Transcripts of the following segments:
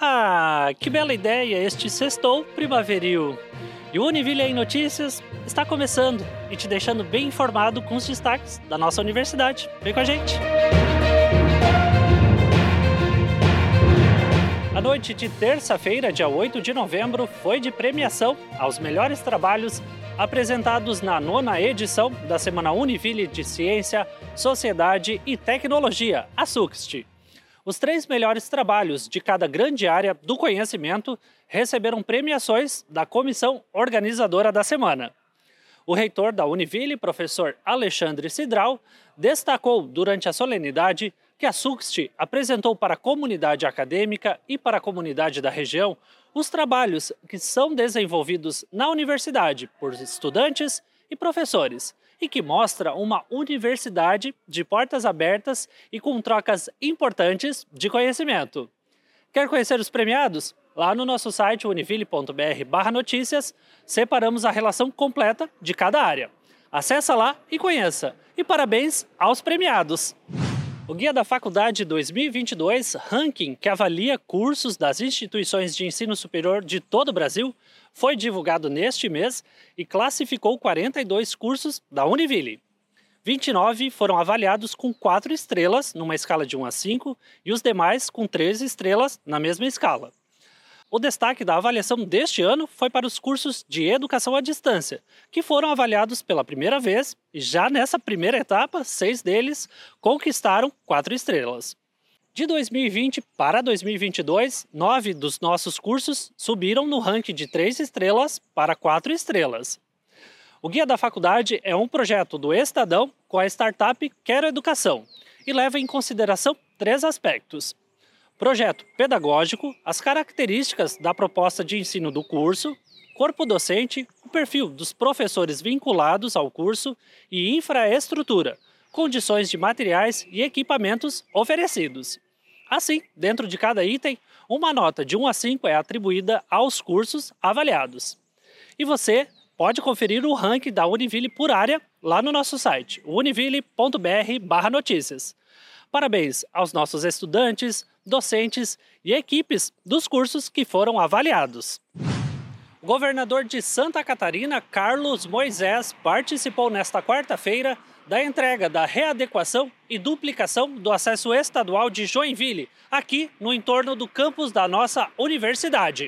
Ah, que bela ideia este sextou primaveril. E o Univille em Notícias está começando e te deixando bem informado com os destaques da nossa universidade. Vem com a gente! A noite de terça-feira, dia 8 de novembro, foi de premiação aos melhores trabalhos apresentados na 9ª edição da Semana Univille de Ciência, Sociedade e Tecnologia, a SUCST. Os 3 melhores trabalhos de cada grande área do conhecimento receberam premiações da comissão organizadora da semana. O reitor da Univille, professor Alexandre Cidral, destacou durante a solenidade que a SUCST apresentou para a comunidade acadêmica e para a comunidade da região os trabalhos que são desenvolvidos na universidade por estudantes e professores e que mostra uma universidade de portas abertas e com trocas importantes de conhecimento. Quer conhecer os premiados? Lá no nosso site univille.br/notícias, separamos a relação completa de cada área. Acesse lá e conheça. E parabéns aos premiados! O Guia da Faculdade 2022, ranking que avalia cursos das instituições de ensino superior de todo o Brasil, foi divulgado neste mês e classificou 42 cursos da Univille. 29 foram avaliados com 4 estrelas, numa escala de 1 a 5, e os demais com 3 estrelas na mesma escala. O destaque da avaliação deste ano foi para os cursos de educação à distância, que foram avaliados pela primeira vez e já nessa primeira etapa, 6 deles conquistaram 4 estrelas. De 2020 para 2022, 9 dos nossos cursos subiram no ranking de 3 estrelas para 4 estrelas. O Guia da Faculdade é um projeto do Estadão com a startup Quero Educação e leva em consideração 3 aspectos: projeto pedagógico, as características da proposta de ensino do curso, corpo docente, o perfil dos professores vinculados ao curso e infraestrutura, condições de materiais e equipamentos oferecidos. Assim, dentro de cada item, uma nota de 1 a 5 é atribuída aos cursos avaliados. E você pode conferir o ranking da Univille por área lá no nosso site, univille.br/notícias. Parabéns aos nossos estudantes, docentes e equipes dos cursos que foram avaliados. O governador de Santa Catarina, Carlos Moisés, participou nesta quarta-feira da entrega da readequação e duplicação do acesso estadual de Joinville, aqui no entorno do campus da nossa universidade.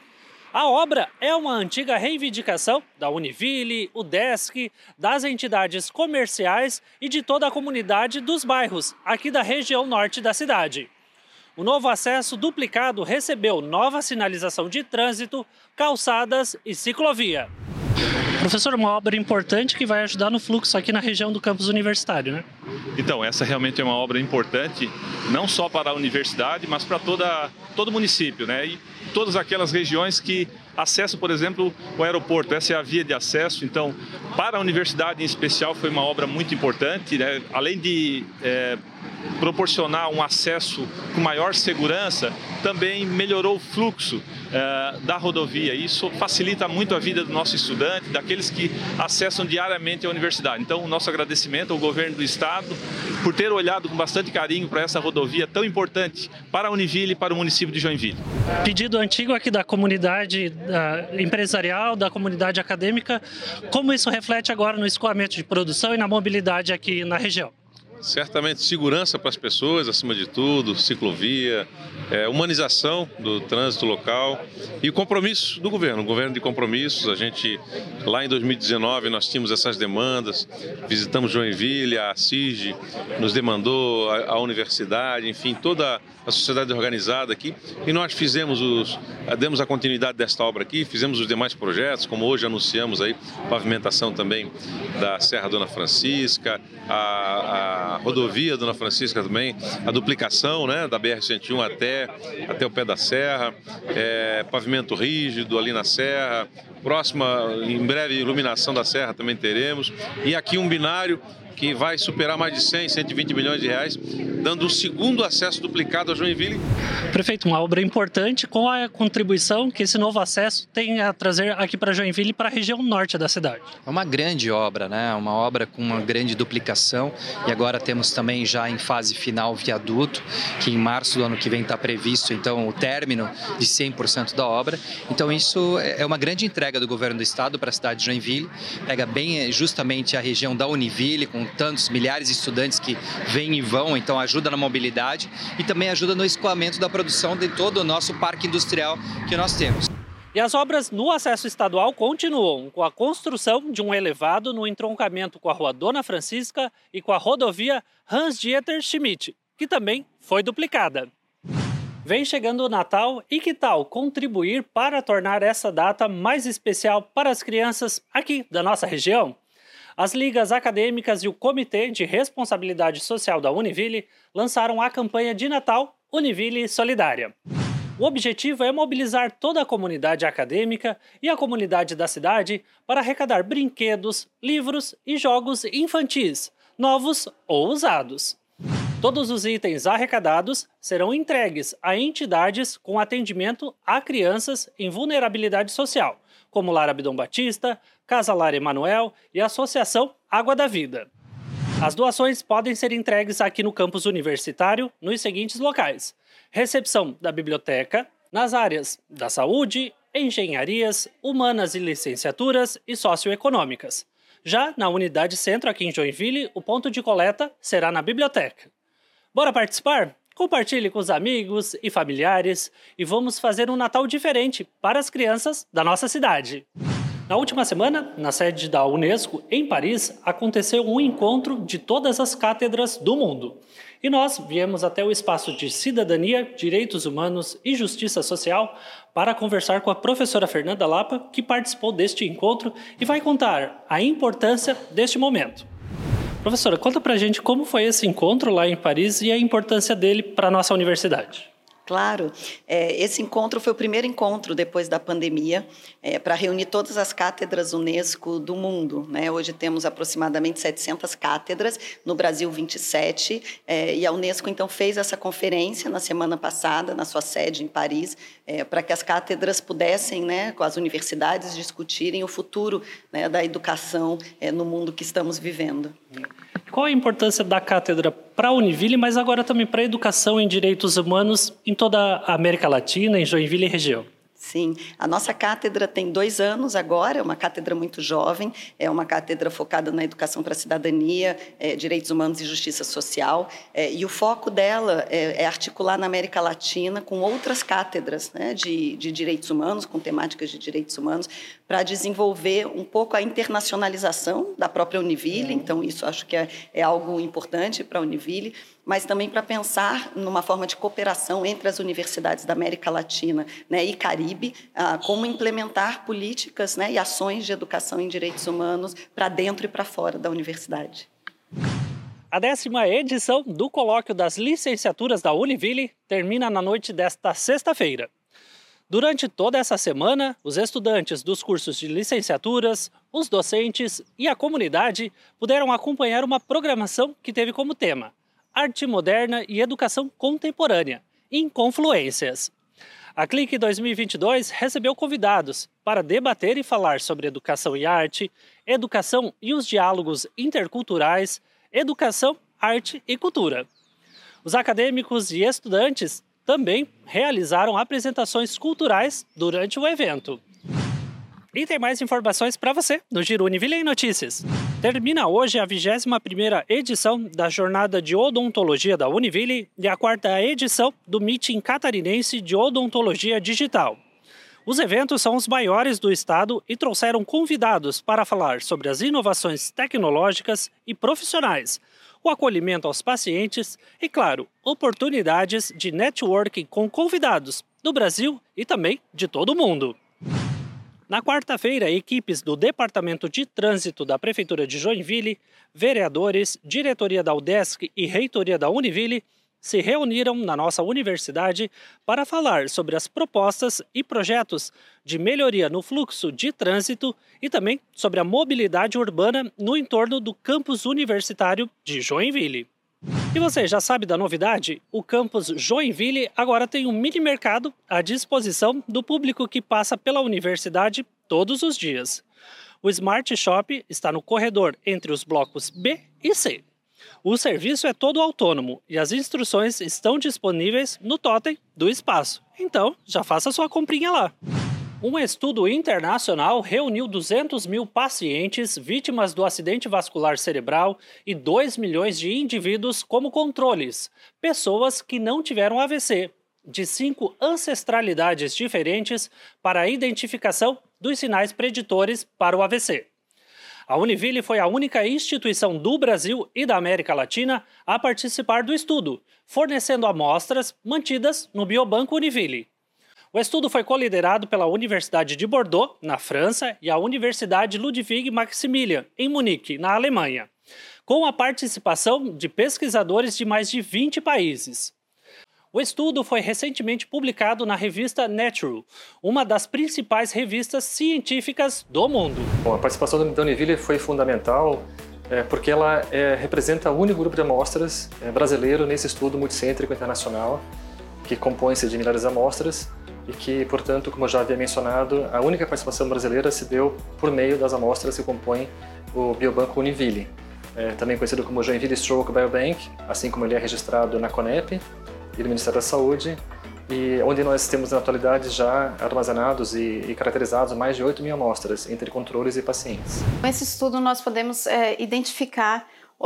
A obra é uma antiga reivindicação da Univille, UDESC, das entidades comerciais e de toda a comunidade dos bairros, aqui da região norte da cidade. O novo acesso duplicado recebeu nova sinalização de trânsito, calçadas e ciclovia. Professor, uma obra importante que vai ajudar no fluxo aqui na região do campus universitário, né? Então, essa realmente é uma obra importante, não só para a universidade, mas para todo o município, né? E todas aquelas regiões que acessam, por exemplo, o aeroporto. Essa é a via de acesso. Então, para a universidade em especial, foi uma obra muito importante, né? Além de proporcionar um acesso com maior segurança, também melhorou o fluxo da rodovia. Isso facilita muito a vida do nosso estudante, daqueles que acessam diariamente a universidade. Então, o nosso agradecimento ao governo do estado por ter olhado com bastante carinho para essa rodovia tão importante para a Univille e para o município de Joinville. Pedido antigo aqui da comunidade empresarial, da comunidade acadêmica, como isso reflete agora no escoamento de produção e na mobilidade aqui na região? Certamente segurança para as pessoas, acima de tudo, ciclovia, humanização do trânsito local e o compromisso do governo, de compromissos. A gente, lá em 2019, nós tínhamos essas demandas, visitamos Joinville, a CIG nos demandou, a universidade, enfim, toda a sociedade organizada aqui, e nós demos a continuidade desta obra aqui, fizemos os demais projetos, como hoje anunciamos aí, pavimentação também da Serra Dona Francisca, a rodovia Dona Francisca também, a duplicação, né, da BR-101 até o pé da serra, pavimento rígido ali na serra, próxima, em breve, iluminação da serra também teremos, e aqui um binário que vai superar mais de 100, 120 milhões de reais, dando o segundo acesso duplicado a Joinville. Prefeito, uma obra importante com a contribuição que esse novo acesso tem a trazer aqui para Joinville e para a região norte da cidade. É uma grande obra, né? Uma obra com uma grande duplicação, e agora temos também já em fase final o viaduto, que em março do ano que vem está previsto então o término de 100% da obra. Então isso é uma grande entrega do governo do estado para a cidade de Joinville, pega bem justamente a região da Univille, com tantos milhares de estudantes que vêm e vão, então ajuda na mobilidade e também ajuda no escoamento da produção de todo o nosso parque industrial que nós temos. E as obras no acesso estadual continuam, com a construção de um elevado no entroncamento com a Rua Dona Francisca e com a rodovia Hans-Dieter Schmidt, que também foi duplicada. Vem chegando o Natal e que tal contribuir para tornar essa data mais especial para as crianças aqui da nossa região? As ligas acadêmicas e o Comitê de Responsabilidade Social da Univille lançaram a campanha de Natal Univille Solidária. O objetivo é mobilizar toda a comunidade acadêmica e a comunidade da cidade para arrecadar brinquedos, livros e jogos infantis, novos ou usados. Todos os itens arrecadados serão entregues a entidades com atendimento a crianças em vulnerabilidade social, como Lar Abdom Batista, Casa Lar Emanuel e a Associação Água da Vida. As doações podem ser entregues aqui no campus universitário nos seguintes locais: recepção da biblioteca, nas áreas da saúde, engenharias, humanas e licenciaturas e socioeconômicas. Já na unidade centro aqui em Joinville, o ponto de coleta será na biblioteca. Bora participar? Compartilhe com os amigos e familiares e vamos fazer um Natal diferente para as crianças da nossa cidade. Na última semana, na sede da Unesco, em Paris, aconteceu um encontro de todas as cátedras do mundo. E nós viemos até o espaço de Cidadania, Direitos Humanos e Justiça Social para conversar com a professora Fernanda Lapa, que participou deste encontro e vai contar a importância deste momento. Professora, conta pra gente como foi esse encontro lá em Paris e a importância dele para a nossa universidade. Claro, esse encontro foi o primeiro encontro depois da pandemia para reunir todas as cátedras Unesco do mundo, né? Hoje temos aproximadamente 700 cátedras, no Brasil 27, e a Unesco então fez essa conferência na semana passada, na sua sede em Paris, para que as cátedras pudessem, né, com as universidades, discutirem o futuro, né, da educação no mundo que estamos vivendo. Qual a importância da cátedra para a Univille, mas agora também para a educação em direitos humanos em toda a América Latina, em Joinville e região? Sim, a nossa cátedra tem 2 anos agora, é uma cátedra muito jovem, é uma cátedra focada na educação para a cidadania, direitos humanos e justiça social, e o foco dela é articular na América Latina com outras cátedras, né, de direitos humanos, com temáticas de direitos humanos, para desenvolver um pouco a internacionalização da própria Univille, então isso acho que é algo importante para a Univille, mas também para pensar numa forma de cooperação entre as universidades da América Latina, né, e Caribe, como implementar políticas, né, e ações de educação em direitos humanos para dentro e para fora da universidade. A 10ª edição do Colóquio das Licenciaturas da Univille termina na noite desta sexta-feira. Durante toda essa semana, os estudantes dos cursos de licenciaturas, os docentes e a comunidade puderam acompanhar uma programação que teve como tema Arte Moderna e Educação Contemporânea, em Confluências. A CLIC 2022 recebeu convidados para debater e falar sobre educação e arte, educação e os diálogos interculturais, educação, arte e cultura. Os acadêmicos e estudantes também realizaram apresentações culturais durante o evento. E tem mais informações para você no Giro Univille em Notícias. Termina hoje a 21ª edição da Jornada de Odontologia da Univille e a 4ª edição do Meeting Catarinense de Odontologia Digital. Os eventos são os maiores do estado e trouxeram convidados para falar sobre as inovações tecnológicas e profissionais, o acolhimento aos pacientes e, claro, oportunidades de networking com convidados do Brasil e também de todo o mundo. Na quarta-feira, equipes do Departamento de Trânsito da Prefeitura de Joinville, vereadores, diretoria da UDESC e reitoria da Univille se reuniram na nossa universidade para falar sobre as propostas e projetos de melhoria no fluxo de trânsito e também sobre a mobilidade urbana no entorno do campus universitário de Joinville. E você já sabe da novidade? O campus Joinville agora tem um mini mercado à disposição do público que passa pela universidade todos os dias. O Smart Shop está no corredor entre os blocos B e C. O serviço é todo autônomo e as instruções estão disponíveis no totem do espaço. Então, já faça sua comprinha lá. Um estudo internacional reuniu 200 mil pacientes vítimas do acidente vascular cerebral e 2 milhões de indivíduos como controles, pessoas que não tiveram AVC, de 5 ancestralidades diferentes para a identificação dos sinais preditores para o AVC. A Univille foi a única instituição do Brasil e da América Latina a participar do estudo, fornecendo amostras mantidas no Biobanco Univille. O estudo foi coliderado pela Universidade de Bordeaux, na França, e a Universidade Ludwig Maximilian, em Munique, na Alemanha, com a participação de pesquisadores de mais de 20 países. O estudo foi recentemente publicado na revista Nature, uma das principais revistas científicas do mundo. Bom, a participação da Univille foi fundamental porque ela representa o único grupo de amostras brasileiro nesse estudo multicêntrico internacional que compõe-se de milhares de amostras e que, portanto, como eu já havia mencionado, a única participação brasileira se deu por meio das amostras que compõem o Biobanco Univille, também conhecido como Joinville Stroke Biobank, assim como ele é registrado na CONEP e do Ministério da Saúde, e onde nós temos na atualidade já armazenados e caracterizados mais de 8 mil amostras entre controles e pacientes. Com esse estudo nós podemos identificar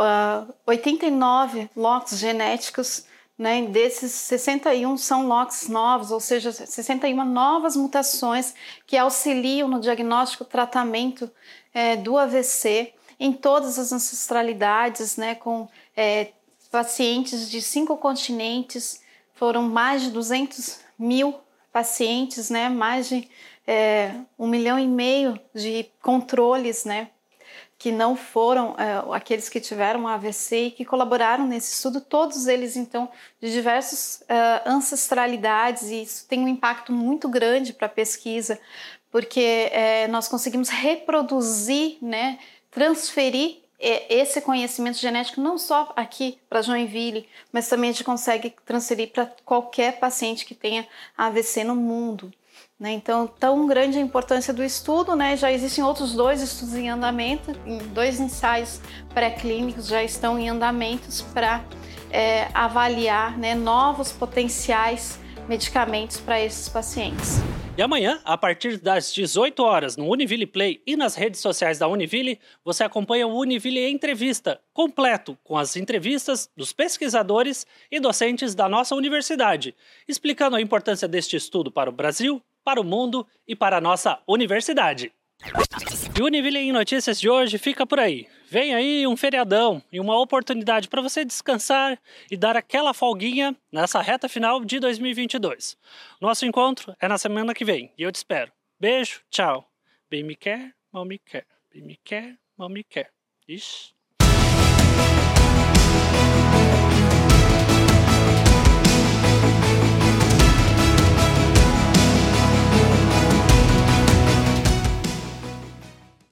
89 locks genéticos, né? Desses 61 são locks novos, ou seja, 61 novas mutações que auxiliam no diagnóstico e tratamento do AVC em todas as ancestralidades, né? Com pacientes de 5 continentes. Foram mais de 200 mil pacientes, né? Mais de 1,5 milhão de controles, né? Que não foram aqueles que tiveram AVC e que colaboraram nesse estudo, todos eles, então, de diversas ancestralidades, e isso tem um impacto muito grande para a pesquisa, porque nós conseguimos reproduzir, né? Transferir esse conhecimento genético não só aqui para Joinville, mas também a gente consegue transferir para qualquer paciente que tenha AVC no mundo, né? Então, tão grande a importância do estudo, né? Já existem outros 2 estudos em andamento, 2 ensaios pré-clínicos já estão em andamentos para avaliar, né, novos potenciais medicamentos para esses pacientes. E amanhã, a partir das 18 horas, no Univille Play e nas redes sociais da Univille, você acompanha o Univille Entrevista, completo, com as entrevistas dos pesquisadores e docentes da nossa universidade, explicando a importância deste estudo para o Brasil, para o mundo e para a nossa universidade. E o Univille em Notícias de hoje fica por aí. Vem aí um feriadão e uma oportunidade para você descansar e dar aquela folguinha nessa reta final de 2022. Nosso encontro é na semana que vem e eu te espero. Beijo, tchau. Bem me quer, mal me quer. Bem me quer, mal me quer. Ixi.